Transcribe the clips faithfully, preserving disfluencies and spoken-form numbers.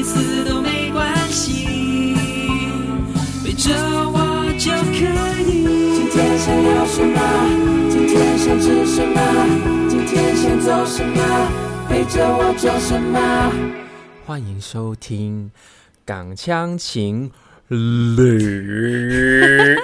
思都没关系，陪着我就可以。今天想要什么？今天想吃什么？今天想做什么？陪着我做什么？ 欢迎收听港腔情侣。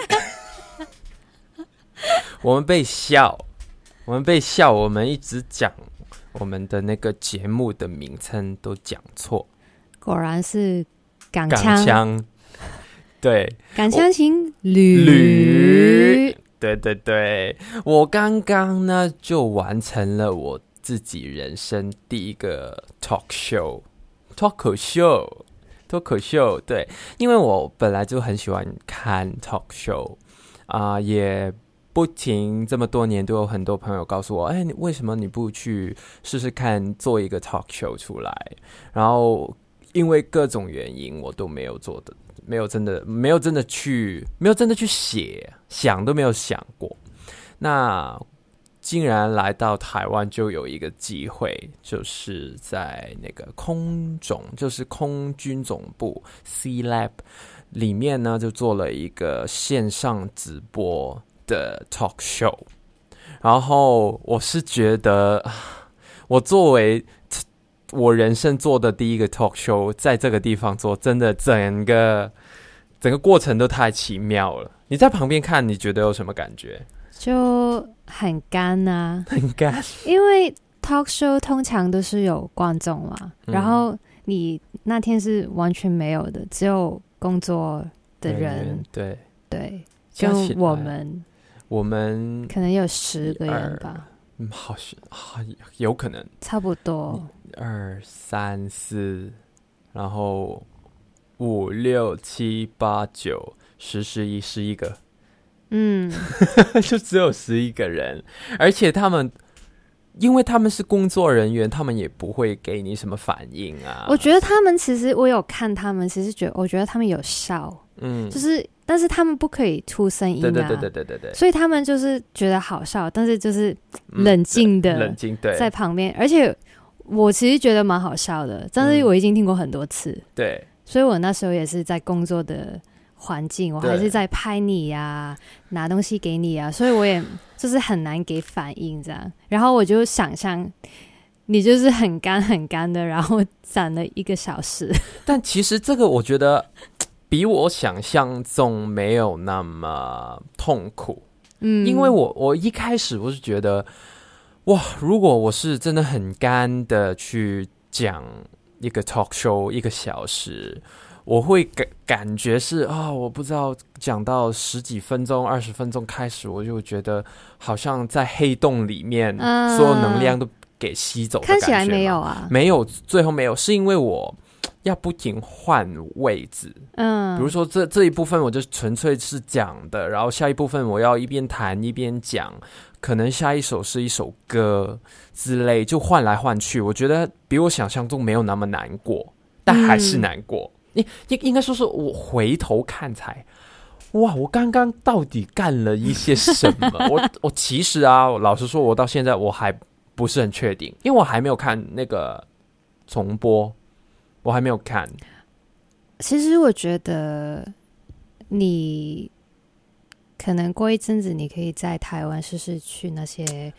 我们被笑，我们被笑，我们一直讲我们的那个节目的名称都讲错， 果然是港港腔， 腔，对， 港腔情侣， 旅，对对对，我刚刚呢就完成了我自己人生第一个 talk show， 脱口秀，脱口秀，对，因为我本来就很喜欢看 talk show 啊、呃，也不停这么多年都有很多朋友告诉我，哎，你为什么你不去试试看做一个 talk show 出来？然后因为各种原因，我都没有做的，没有真的，没有真的去，没有真的去写，想都没有想过。那竟然来到台湾，就有一个机会，就是在那个空总，就是空军总部 C Lab 里面呢，就做了一个线上直播的 talk show。然后我是觉得，我作为我人生做的第一个 talk show， 在这个地方做，真的整个整个过程都太奇妙了。你在旁边看，你觉得有什么感觉？ 就很干啊， 很干， 因为 talk show 通常都是有观众嘛、嗯，然后你那天是完全没有的，只有工作的人， 对对，就我们， 我们可能有十个人吧， 嗯，好是啊，有可能， 差不多， 二三四，然后五六七八九十十一十一个。 嗯， 就只有十一个人，而且他们，因为他们是工作人员，他们也不会给你什么反应啊。 我觉得他们其实，我有看他们，其实觉得，我觉得他们有笑，嗯，就是，但是他们不可以出声音啊，对对对对对对对， 所以他们就是觉得好笑，但是就是冷静的、嗯、 冷静对， 在旁边，而且我其实觉得蛮好笑的，但是我已经听过很多次，嗯、 对， 所以我那时候也是在工作的环境，我还是在拍你呀、啊，拿东西给你啊，所以我也就是很难给反应这样。然后我就想象你就是很干很干的，然后站了一个小时。 但其实这个我觉得比我想象中没有那么痛苦，嗯，因为我我一开始我是觉得，哇，如果我是真的很干的去讲一个 talk show 一个小时。我会感感觉是啊、哦，我不知道讲到十几分钟、二十分钟开始，我就觉得好像在黑洞里面，嗯、所有能量都给吸走的感觉。 看起来没有啊， 没有，最后没有，是因为我要不停换位置。嗯，比如说这这一部分我就纯粹是讲的，然后下一部分我要一边弹一边讲，可能下一首是一首歌之类，就换来换去。我觉得比我想象中没有那么难过，但还是难过。嗯应应该说是我回头看才，哇！我刚刚到底干了一些什么？我我其实啊，老实说，我到现在我还不是很确定，因为我还没有看那个重播，我还没有看。 其实我觉得你可能过一阵子，你可以在台湾试试去那些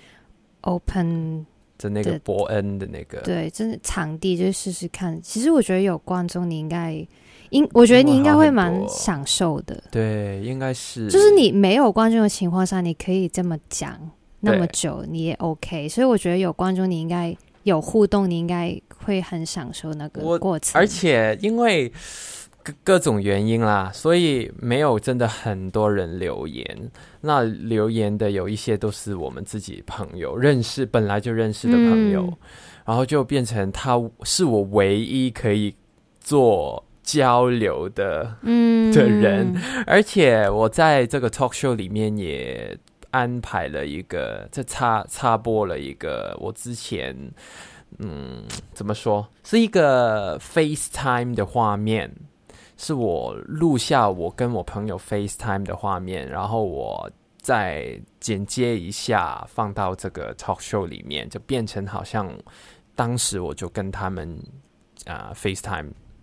open。 的那个伯恩的那个， 对，真的场地就试试看。其实我觉得有观众，你应该，应我觉得你应该会蛮享受的。 对，应该是， 就是你没有观众的情况下，你可以这么讲那么久，你也 OK。所以我觉得有观众，你应该有互动，你应该会很享受那个过程。 而且因为各各种原因啦，所以没有真的很多人留言。那留言的有一些都是我们自己朋友认识，本来就认识的朋友，嗯、然后就变成他是我唯一可以做交流的、嗯、的人。而且我在这个 talk show 里面也安排了一个，这插插播了一个我之前嗯怎么说，是一个 FaceTime 的画面。是我录下我跟我朋友 FaceTime 的画面，然后我再剪接一下放到这个 talk show 里面，就变成好像当时我就跟他们、呃、FaceTime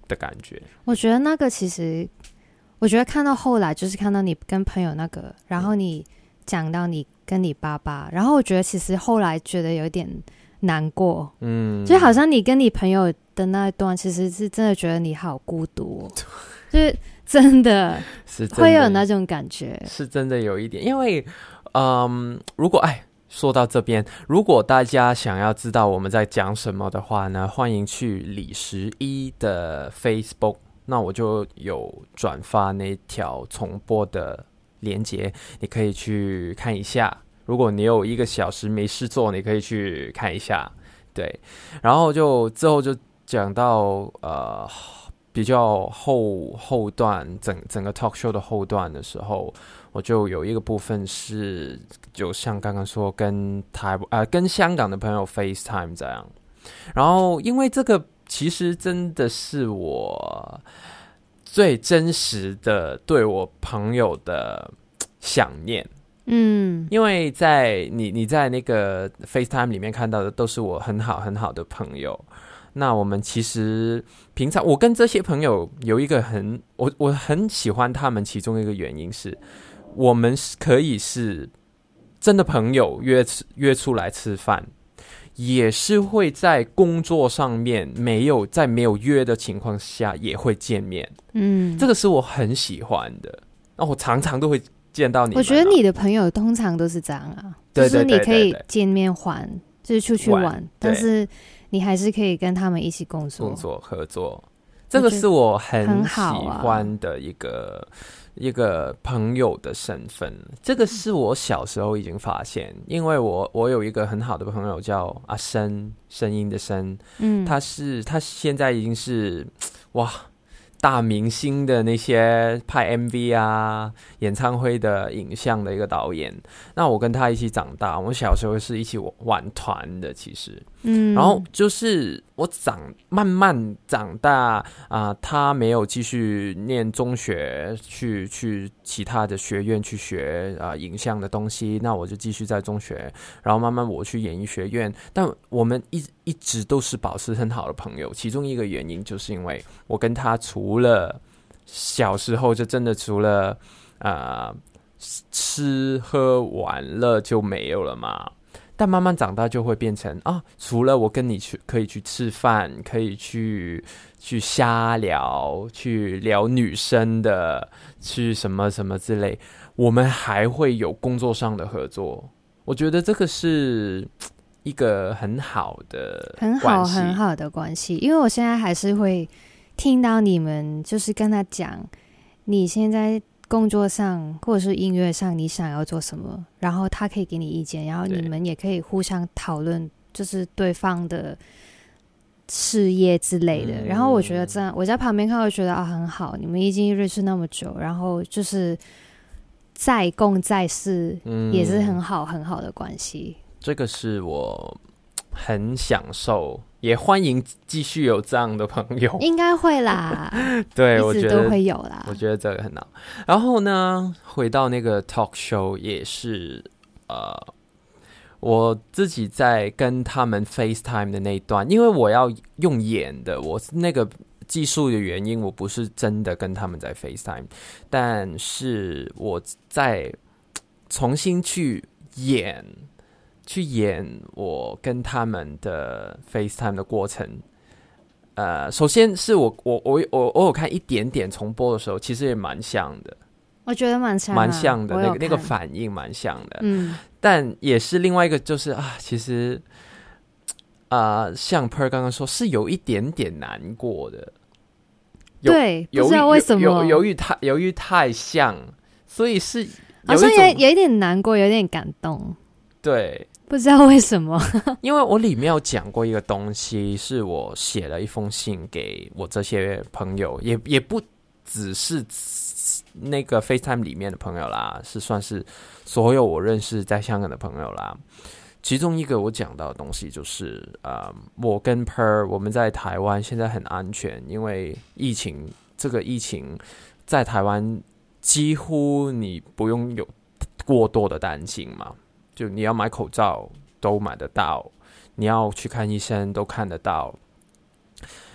的感觉。 我觉得那个其实，我觉得看到后来就是看到你跟朋友那个，然后你讲到你跟你爸爸，然后我觉得其实后来觉得有点难过，嗯，就好像你跟你朋友的那一段，其实是真的觉得你好孤独、哦，就是真的是真的会有那种感觉， 是真的有一点，因为嗯，如果哎。说到这边，如果大家想要知道我们在讲什么的话呢，欢迎去李十一的 Facebook， 那我就有转发那条重播的连结，你可以去看一下。如果你有一个小时没事做，你可以去看一下。对，然后就之后就讲到呃比较后后段，整整个 talk show 的后段的时候。我就有一个部分是，就像刚刚说跟台呃跟香港的朋友 FaceTime 这样，然后因为这个其实真的是我最真实的对我朋友的想念，嗯，因为在你你在那个 FaceTime 里面看到的都是我很好很好的朋友。那我们其实平常我跟这些朋友有一个很我我很喜欢他们，其中一个原因是。我们可以是真的朋友 约, 约出来吃饭，也是会在工作上面没有在没有约的情况下也会见面，嗯，这个是我很喜欢的。那我常常都会见到你们、啊、 我觉得你的朋友通常都是这样啊， 对对对对对， 就是你可以见面还就是出去玩，但是你还是可以跟他们一起工作工作合作，这个是我很喜欢的一个、啊、一个朋友的身份。这个是我小时候已经发现，因为我我有一个很好的朋友叫阿声，声音的声，嗯，他是他现在已经是哇大明星的那些拍 M V 啊演唱会的影像的一个导演。那我跟他一起长大，我小时候是一起玩团的其实，嗯，然后就是我长慢慢长大啊、呃，他没有继续念中学，去去其他的学院去学啊、呃、影像的东西，那我就继续在中学，然后慢慢我去演艺学院，但我们一一直都是保持很好的朋友。其中一个原因就是因为我跟他除了小时候就真的除了啊、呃、吃喝玩乐就没有了嘛。但慢慢长大就会变成啊，除了我跟你去可以去吃饭，可以去去瞎聊，去聊女生的，去什么什么之类，我们还会有工作上的合作。我觉得这个是一个很好的很好很好的关系，因为我现在还是会听到你们就是跟他讲你现在工作上或者是音乐上你想要做什么，然后他可以给你意见，然后你们也可以互相讨论就是对方的事业之类的、嗯、然后我觉得这样我在旁边看我觉得啊很好，你们已经认识那么久，然后就是再共再世也是很好很好的关系、嗯、 这个是我很享受，也欢迎继续有这样的朋友， 应该会啦对，我觉得都会有啦， 我觉得这个很好。然后呢回到那个 talk show 也是呃，我自己在跟他们 FaceTime 的那一段，因为我要用演的，我是那个技术的原因，我不是真的跟他们在 FaceTime， 但是我在重新去演去演我跟他们的 FaceTime 的过程。呃，首先是我我我我我有看一点点重播的时候，其实也蛮像的， 我觉得蛮像蛮像的，那个那个反应蛮像的，嗯，但也是另外一个就是啊，其实啊、呃，像 Per 刚刚说，是有一点点难过的， 对，不知道为什么， 由由于太由于太像，所以是好像有有一点难过，有点感动， 对。 不知道为什么因为我里面有讲过一个东西，是我写了一封信给我这些朋友，也也不只是那个 FaceTime 里面的朋友啦，是算是所有我认识在香港的朋友啦。其中一个我讲到的东西就是、呃、我跟 Per 我们在台湾现在很安全，因为疫情这个疫情在台湾几乎你不用有过多的担心嘛，就你要买口罩都买得到，你要去看医生都看得到。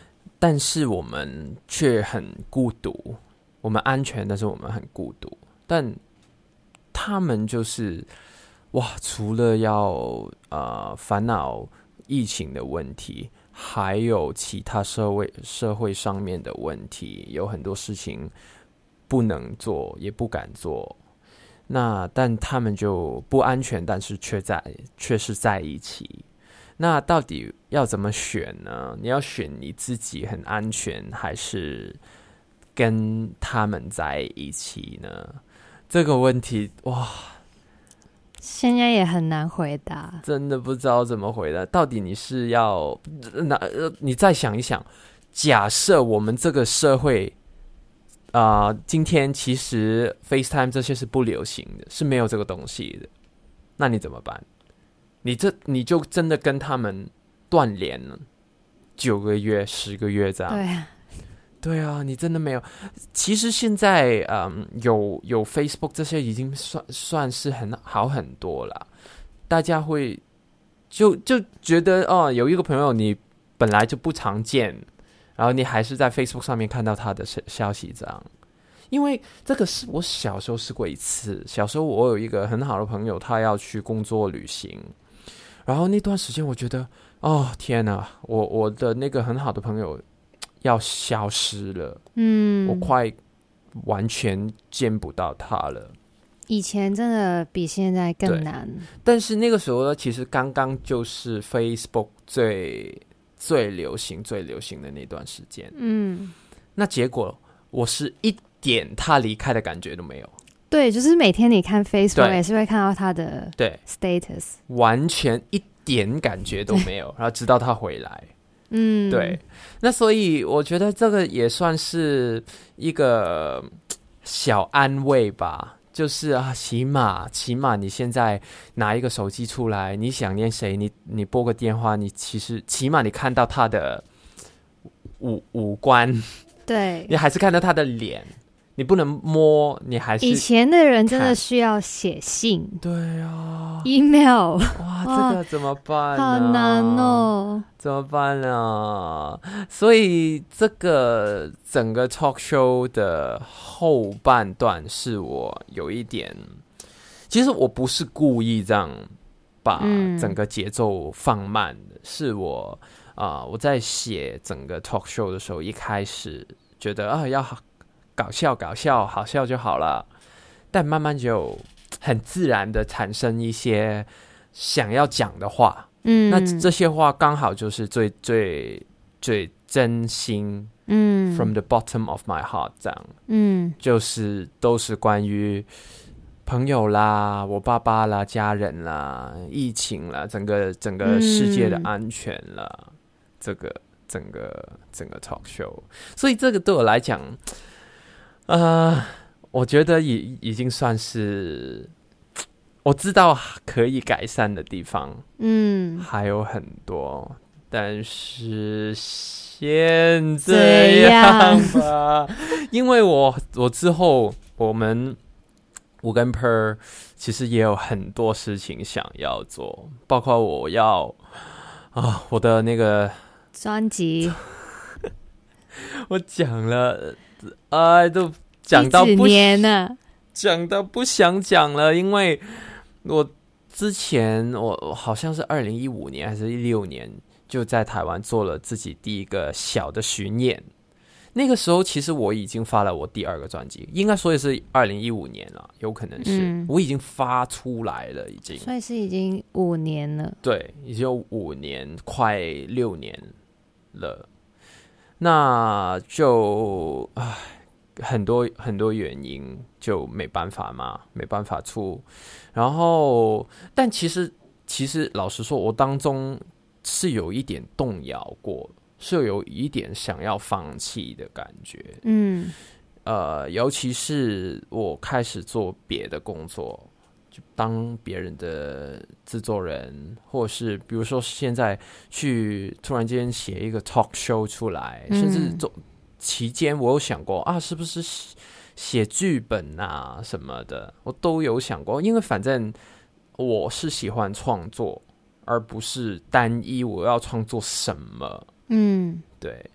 但是我们却很孤独，我们安全，但是我们很孤独。但他们就是哇，除了要呃烦恼疫情的问题，还有其他社会社会上面的问题，有很多事情不能做，也不敢做。那但他们就不安全，但是却在却是在一起。那到底要怎么选呢？你要选你自己很安全，还是跟他们在一起呢？这个问题哇， 现在也很难回答， 真的不知道怎么回答。到底你是要那你再想一想，假设我们这个社会啊、呃，今天其实 FaceTime 这些是不流行的，是没有这个东西的，那你怎么办？你这你就真的跟他们断联了九个月、十个月这样？ 对啊， 对啊，你真的没有。其实现在嗯，有有 Facebook 这些已经算算是很好很多了。大家会就就觉得哦，有一个朋友你本来就不常见，然后你还是在 Facebook 上面看到他的消息这样。因为这个是我小时候试过一次。小时候我有一个很好的朋友，他要去工作旅行。然后那段时间我觉得哦天哪，我我的那个很好的朋友要消失了，嗯，我快完全见不到他了。 以前真的比现在更难。 但是那个时候呢，其实刚刚就是 Facebook 最最流行最流行的那段时间，嗯，那结果我是一点他离开的感觉都没有。 对，就是每天你看 Facebook 也是会看到他的 status， 完全一点感觉都没有，然后直到他回来。嗯，对，那所以我觉得这个也算是一个小安慰吧，就是啊，起码起码你现在拿一个手机出来，你想念谁，你你拨个电话，你其实起码你看到他的五五官， 对， 你还是看到他的脸。你不能摸，你还是以前的人真的需要写信， 对啊 ，email， 哇，这个怎么办呢？ 好难哦， 怎么办呢？所以这个整个 talk show 的后半段是我有一点，其实我不是故意这样把整个节奏放慢的，嗯、是我啊、呃，我在写整个 talk show 的时候，一开始觉得啊要搞笑搞笑好笑就好了，但慢慢就很自然的产生一些想要讲的话，嗯，那这些话刚好就是最最最真心，嗯 ，from the bottom of my heart 这样，嗯，就是都是关于朋友啦、我爸爸啦、家人啦、疫情啦、整个整个世界的安全啦，嗯、这个整个整个 talk show， 所以这个对我来讲。呃，我觉得已已经算是我知道可以改善的地方，嗯，还有很多，但是先这样吧，因为我我之后我们我跟 Per 其实也有很多事情想要做，包括我要啊我的那个专辑， 我讲了。哎，都讲到不讲到不想讲了，因为我之前我我好像是二零一五年还是一六年就在台湾做了自己第一个小的巡演，那个时候其实我已经发了我第二个专辑，应该说也是二零一五年了，有可能是、嗯、我已经发出来了，已经， 所以是已经五年了， 对，已经有五年快六年了。那就唉，很多很多原因就没办法嘛，没办法出。然后，但其实其实老实说，我当中是有一点动摇过，是有一点想要放弃的感觉。嗯，呃，尤其是我开始做别的工作。就当别人的制作人，或者是比如说现在去突然间写一个 talk show 出来，嗯、甚至做期间我有想过啊，是不是写剧本啊什么的，我都有想过，因为反正我是喜欢创作，而不是单一我要创作什么。嗯，对。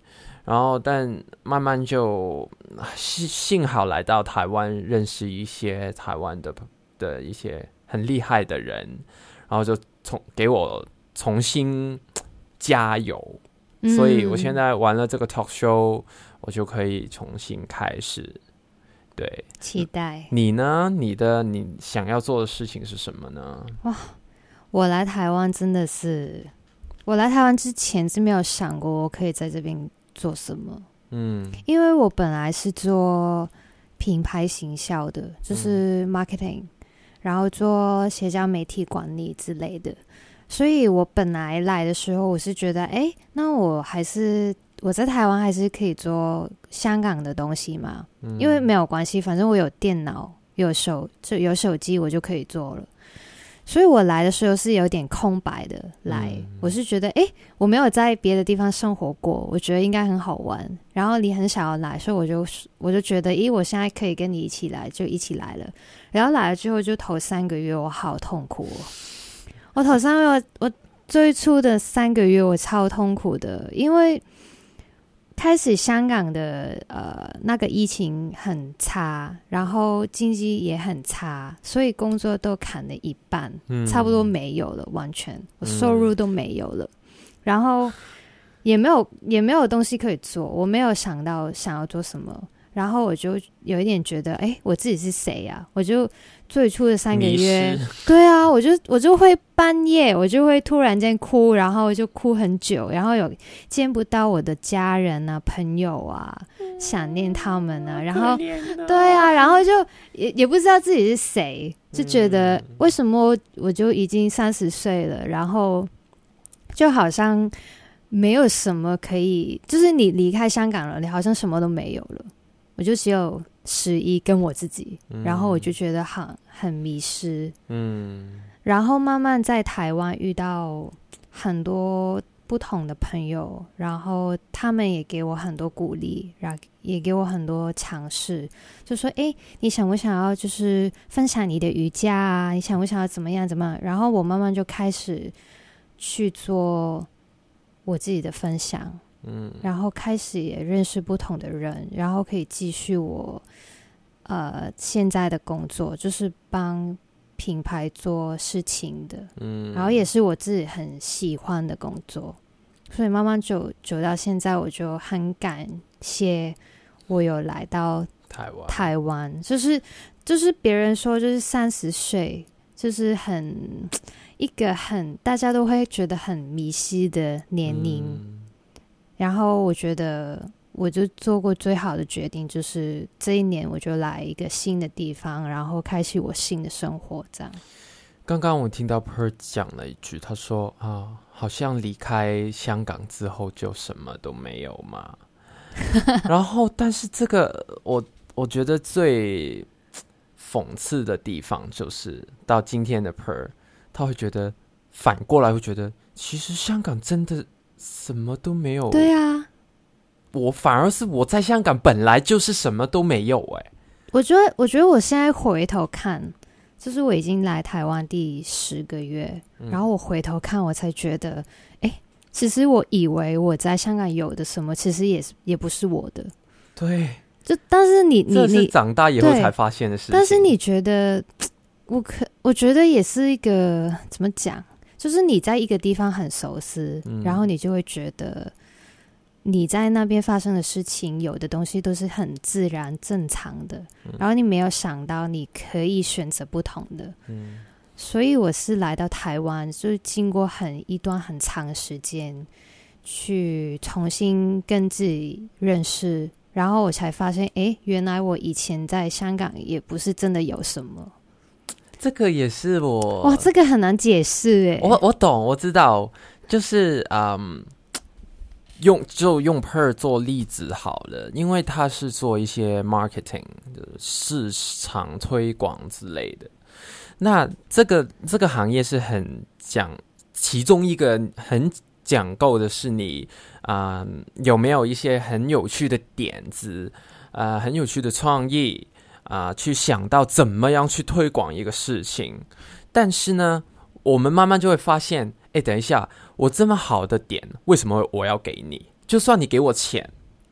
然后但慢慢就幸好来到台湾，认识一些台湾的的一些很厉害的人，然后就从给我重新加油、嗯、所以我现在玩了这个 talk show， 我就可以重新开始。对， 期待。 你呢？你的你想要做的事情是什么呢？ 哇，我来台湾真的是，我来台湾之前是没有想过我可以在这边做什么。嗯，因为我本来是做品牌行销的，就是 marketing、嗯、然后做社交媒体管理之类的，所以我本来来的时候我是觉得，哎，那我还是我在台湾还是可以做香港的东西嘛、嗯、因为没有关系，反正我有电脑有手就有手机我就可以做了。所以我来的时候是有点空白的来、嗯、我是觉得哎，我没有在别的地方生活过，我觉得应该很好玩，然后你很想要来，所以我就我就觉得咦，我现在可以跟你一起来，就一起来了。然后来了之后就头三个月我好痛苦、哦、我头三个月我最初的三个月我超痛苦的，因为开始香港的呃那个疫情很差，然后经济也很差，所以工作都砍了一半、嗯、差不多没有了，完全我收入都没有了、嗯、然后也没有也没有东西可以做，我没有想到想要做什么，然后我就有一点觉得哎，我自己是谁啊，我就最初的三个月对啊，我就我就会半夜我就会突然间哭，然后就哭很久，然后有见不到我的家人啊朋友啊、嗯、想念他们啊，然后对啊，然后就 也, 也不知道自己是谁，就觉得为什么我就已经三十岁了，然后就好像没有什么可以，就是你离开香港了，你好像什么都没有了，我就只有十一跟我自己、嗯、然后我就觉得很很迷失。嗯，然后慢慢在台湾遇到很多不同的朋友，然后他们也给我很多鼓励，然后也给我很多尝试，就说哎，你想不想要就是分享你的瑜伽啊，你想不想要怎么样怎么样，然后我慢慢就开始去做我自己的分享，嗯，然后开始也认识不同的人，然后可以继续我呃现在的工作，就是帮品牌做事情的，嗯，然后也是我自己很喜欢的工作，所以慢慢久久到现在，我就很感谢我有来到台湾，台湾就是就是别人说就是三十岁就是很一个很大家都会觉得很迷失的年龄。嗯，然后我觉得我就做过最好的决定，就是这一年我就来一个新的地方，然后开启我新的生活这样。 刚刚我听到 Per 讲了一句，他说啊，好像离开香港之后就什么都没有嘛。然后但是这个我我觉得最讽刺的地方就是到今天的 Per 他会觉得反过来会觉得其实香港真的什么都没有。 对啊， 我反而是我在香港本来就是什么都没有哎、欸。 我觉得我觉得我现在回头看，就是我已经来台湾第十个月、嗯、然后我回头看我才觉得哎，其实我以为我在香港有的什么其实也是也不是我的。 对， 就但是你你这是长大以后才发现的事情。 但是你觉得我可我觉得也是一个怎么讲，就是你在一个地方很熟悉、嗯、然后你就会觉得你在那边发生的事情有的东西都是很自然正常的、嗯、然后你没有想到你可以选择不同的、嗯、所以我是来到台湾就是经过很一段很长的时间去重新跟自己认识，然后我才发现哎，原来我以前在香港也不是真的有什么。 这个也是我哇，这个很难解释耶。 我我懂，我知道，就是嗯，用就用 Per 做例子好了，因为他是做一些 marketing 的市场推广之类的。那这个这个行业是很讲，其中一个很讲究的是你啊、呃、有没有一些很有趣的点子，呃，很有趣的创意。啊、呃，去想到怎么样去推广一个事情，但是呢，我们慢慢就会发现，哎，等一下，我这么好的点，为什么我要给你？就算你给我钱，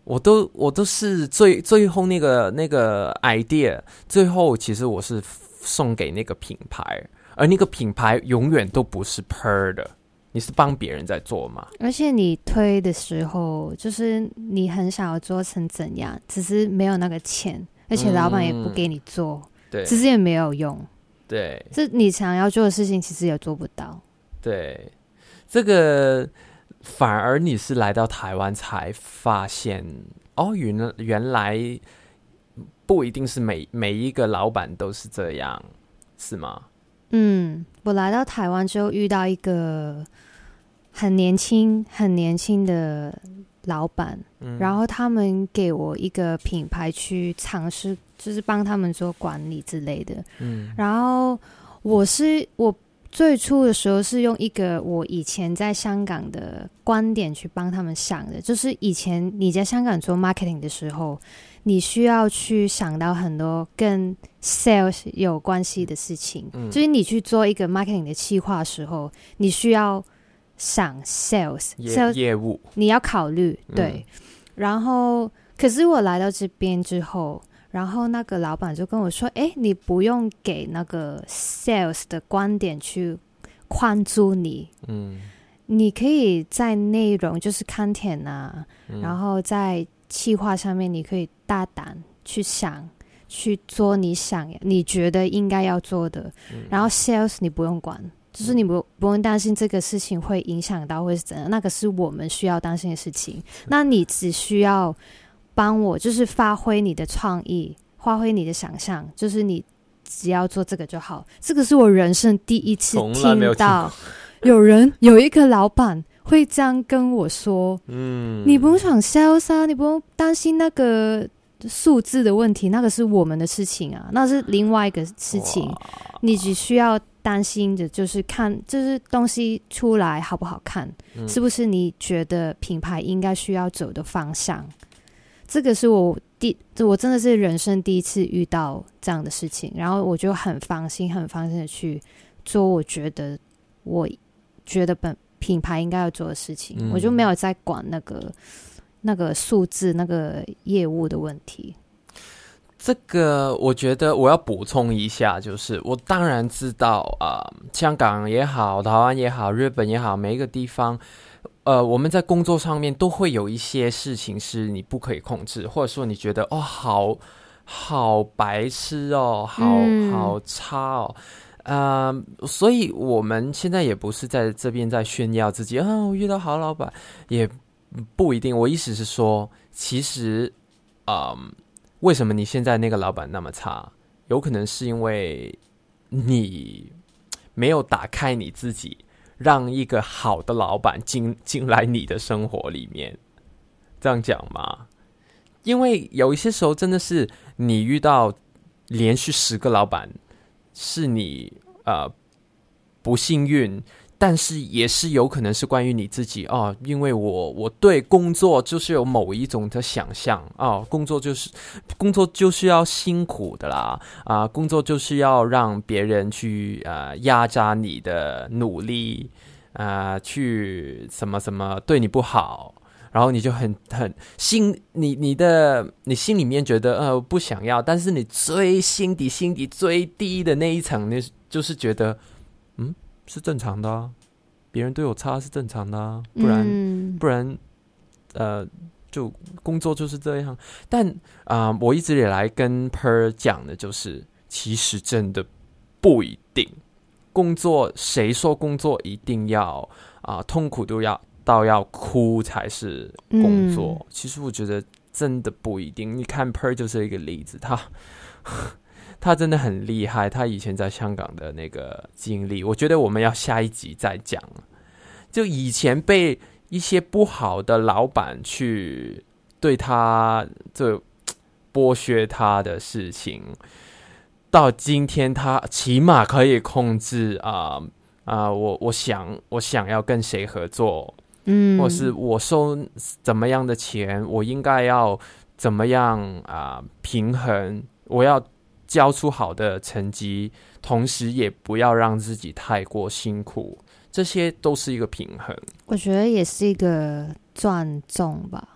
我都我都是最最后那个那个 idea， 最后其实我是送给那个品牌，而那个品牌永远都不是 Per 的，你是帮别人在做嘛？ 而且你推的时候，就是你很想要做成怎样，只是没有那个钱，而且老板也不给你做，嗯、 对， 其实也没有用。 对， 这你想要做的事情，其实也做不到。 对，这个。反而你是来到台湾才发现，哦，原原来不一定是每每一个老板都是这样，是吗？ 嗯，我来到台湾之后遇到一个很年轻、很年轻的老板、嗯，然后他们给我一个品牌去尝试，就是帮他们做管理之类的。嗯，然后我是我。最初的时候是用一个我以前在香港的观点去帮他们想的，就是以前你在香港做 marketing 的时候，你需要去想到很多跟 sales 有关系的事情、嗯、就是你去做一个 marketing 的企划的时候，你需要想 sales 业, sales, 业务你要考虑对、嗯、然后可是我来到这边之后，然后那个老板就跟我说，哎，你不用给那个 sales 的观点去框住你，嗯，你可以在内容就是 content 啊、嗯、然后在企划上面你可以大胆去想，去做你想你觉得应该要做的、嗯、然后 sales 你不用管，就是你 不, 不用担心这个事情会影响到会是怎样，那个是我们需要担心的事情，那你只需要帮我就是发挥你的创意，发挥你的想象，就是你只要做这个就好。这个是我人生第一次听到有人有一个老板会这样跟我说，嗯，你不用想 sales 啊，你不用担心那个数字的问题，那个是我们的事情啊，那是另外一个事情，你只需要担心的就是看就是东西出来好不好看、嗯、是不是你觉得品牌应该需要走的方向。这个是我第我真的是人生第一次遇到这样的事情，然后我就很放心很放心的去做我觉得我觉得本品牌应该要做的事情、嗯、我就没有再管那个那个数字那个业务的问题。 这个我觉得我要补充一下，就是我当然知道啊、呃，香港也好，台湾也好，日本也好，每一个地方呃，我们在工作上面都会有一些事情是你不可以控制，或者说你觉得哦，好好白痴哦，好、嗯、好差哦，呃，所以我们现在也不是在这边在炫耀自己啊，我遇到好老板，也不一定。我意思是说，其实，嗯，为什么你现在那个老板那么差？有可能是因为你没有打开你自己。让一个好的老板进进来你的生活里面，这样讲吗？因为有一些时候真的是你遇到连续十个老板，是你呃不幸运，但是也是有可能是关于你自己哦。因为我我对工作就是有某一种的想象哦，工作就是工作就是要辛苦的啦啊、呃，工作就是要让别人去呃压榨你的努力啊、呃，去什么什么对你不好，然后你就很很心你你的你心里面觉得呃不想要，但是你最心底心底最低的那一层，你就是觉得嗯。是正常的啊，别人对我差是正常的啊，不然、嗯、不然呃就工作就是这样。但啊、呃，我一直以来跟 Per 讲的就是，其实真的不一定。工作谁说工作一定要啊、呃、痛苦都要到要哭才是工作、嗯？其实我觉得真的不一定。你看 Per 就是一个例子，他。他真的很厉害，他以前在香港的那个经历，我觉得我们要下一集再讲。就以前被一些不好的老板去对他这剥削他的事情，到今天他起码可以控制啊啊、呃呃，我我想我想要跟谁合作，嗯，或是我收怎么样的钱，我应该要怎么样啊、呃、平衡，我要。交出好的成绩，同时也不要让自己太过辛苦，这些都是一个平衡。 我觉得也是一个尊重吧。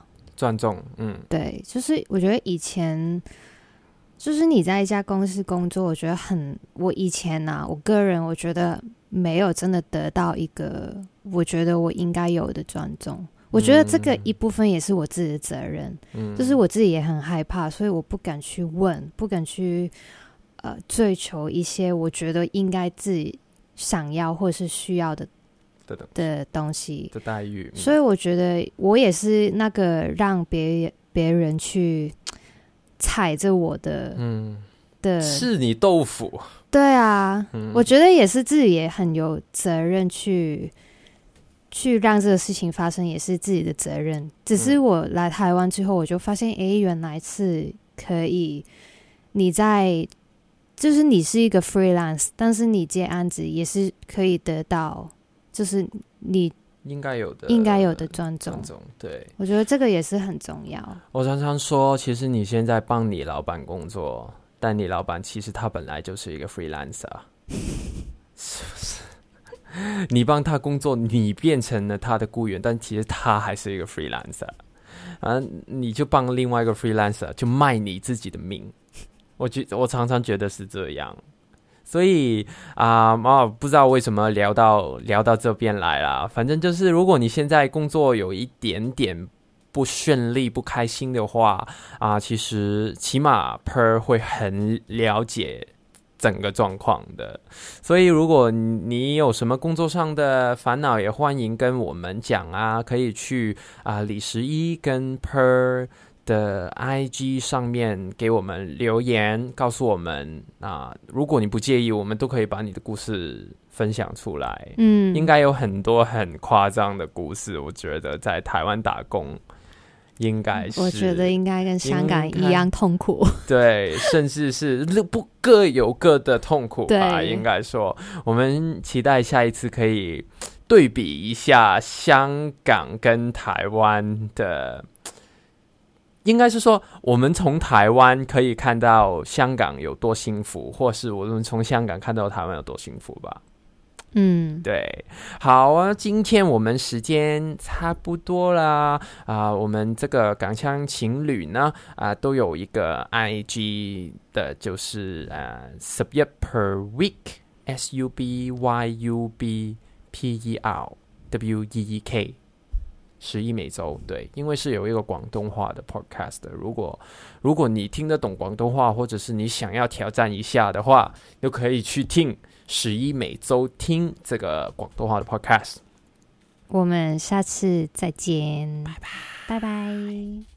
尊重，嗯， 对，就是我觉得以前就是你在一家公司工作，我觉得很，我以前啊，我个人我觉得没有真的得到一个我觉得我应该有的尊重。我觉得这个一部分也是我自己的责任，嗯，就是我自己也很害怕，所以我不敢去问，不敢去呃追求一些我觉得应该自己想要或是需要的的东西的待遇， 嗯，所以我觉得我也是那个让别别人去踩着我的，嗯，的吃你豆腐， 对啊，嗯，我觉得也是自己也很有责任去去让这个事情发生，也是自己的责任。只是我来台湾之后，我就发现，哎，原来是可以你在。就是你是一个 freelance， 但是你接案子也是可以得到，就是你应该有的应该有的尊重。 对， 我觉得这个也是很重要。 我常常说，其实你现在帮你老板工作，但你老板其实他本来就是一个 freelancer， 是不是？你帮他工作，你变成了他的雇员，但其实他还是一个 freelancer， 啊，你就帮另外一个 freelancer， 就卖你自己的命。我觉我常常觉得是这样，所以啊、呃，不知道为什么聊到聊到这边来啦。反正就是，如果你现在工作有一点点不顺利、不开心的话啊、呃，其实起码 Per 会很了解整个状况的。所以，如果你有什么工作上的烦恼，也欢迎跟我们讲啊，可以去啊、呃、李十一跟 Per的 I G 上面给我们留言，告诉我们啊、呃，如果你不介意，我们都可以把你的故事分享出来。嗯，应该有很多很夸张的故事，我觉得在台湾打工应该是， 我觉得应该跟香港一样痛苦。 对，甚至是不各有各的痛苦吧。应该说，我们期待下一次可以对比一下香港跟台湾的。应该是说，我们从台湾可以看到香港有多幸福，或是我们从香港看到台湾有多幸福吧。嗯，对，好啊，今天我们时间差不多啦啊、呃，我们这个港腔情侣呢啊、呃，都有一个 I G 的，就是呃十一 per week S U B Y U B P E R W E E K。十一每周，对，因为是有一个广东话的 podcast 的，如果如果你听得懂广东话，或者是你想要挑战一下的话，就可以去听十一每周听这个广东话的 podcast。 我们下次再见， 拜拜， 拜拜。